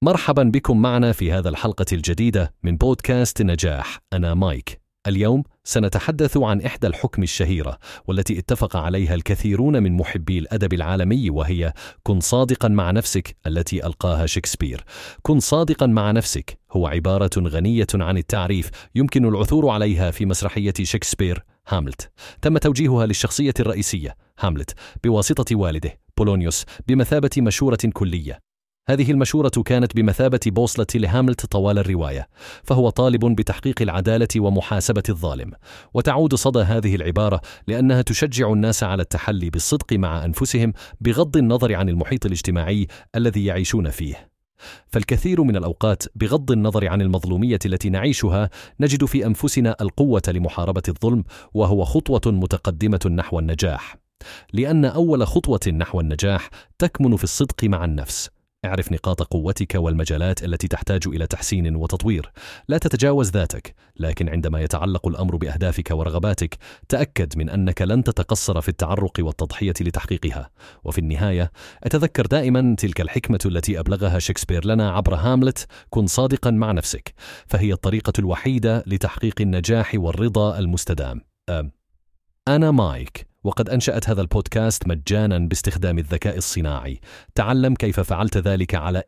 مرحبا بكم معنا في هذا الحلقة الجديدة من بودكاست نجاح. أنا مايك. اليوم سنتحدث عن إحدى الحكم الشهيرة والتي اتفق عليها الكثيرون من محبي الأدب العالمي، وهي كن صادقا مع نفسك، التي ألقاها شكسبير. كن صادقا مع نفسك هو عبارة غنية عن التعريف يمكن العثور عليها في مسرحية شكسبير هاملت. تم توجيهها للشخصية الرئيسية هاملت بواسطة والده بولونيوس بمثابة مشورة كلية. هذه المشورة كانت بمثابة بوصلة لهاملت طوال الرواية، فهو طالب بتحقيق العدالة ومحاسبة الظالم. وتعود صدى هذه العبارة لأنها تشجع الناس على التحلي بالصدق مع أنفسهم بغض النظر عن المحيط الاجتماعي الذي يعيشون فيه. فالكثير من الأوقات بغض النظر عن المظلومية التي نعيشها نجد في أنفسنا القوة لمحاربة الظلم، وهو خطوة متقدمة نحو النجاح. لأن أول خطوة نحو النجاح تكمن في الصدق مع النفس. اعرف نقاط قوتك والمجالات التي تحتاج إلى تحسين وتطوير. لا تتجاوز ذاتك، لكن عندما يتعلق الأمر بأهدافك ورغباتك تأكد من أنك لن تتقصر في التعرق والتضحية لتحقيقها. وفي النهاية أتذكر دائما تلك الحكمة التي أبلغها شكسبير لنا عبر هاملت: كن صادقا مع نفسك، فهي الطريقة الوحيدة لتحقيق النجاح والرضا المستدام. أنا مايك، وقد أنشأت هذا البودكاست مجانا باستخدام الذكاء الصناعي. تعلم كيف فعلت ذلك على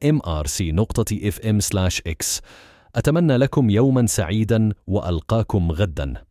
mrc.fm/x. أتمنى لكم يوما سعيدا وألقاكم غدا.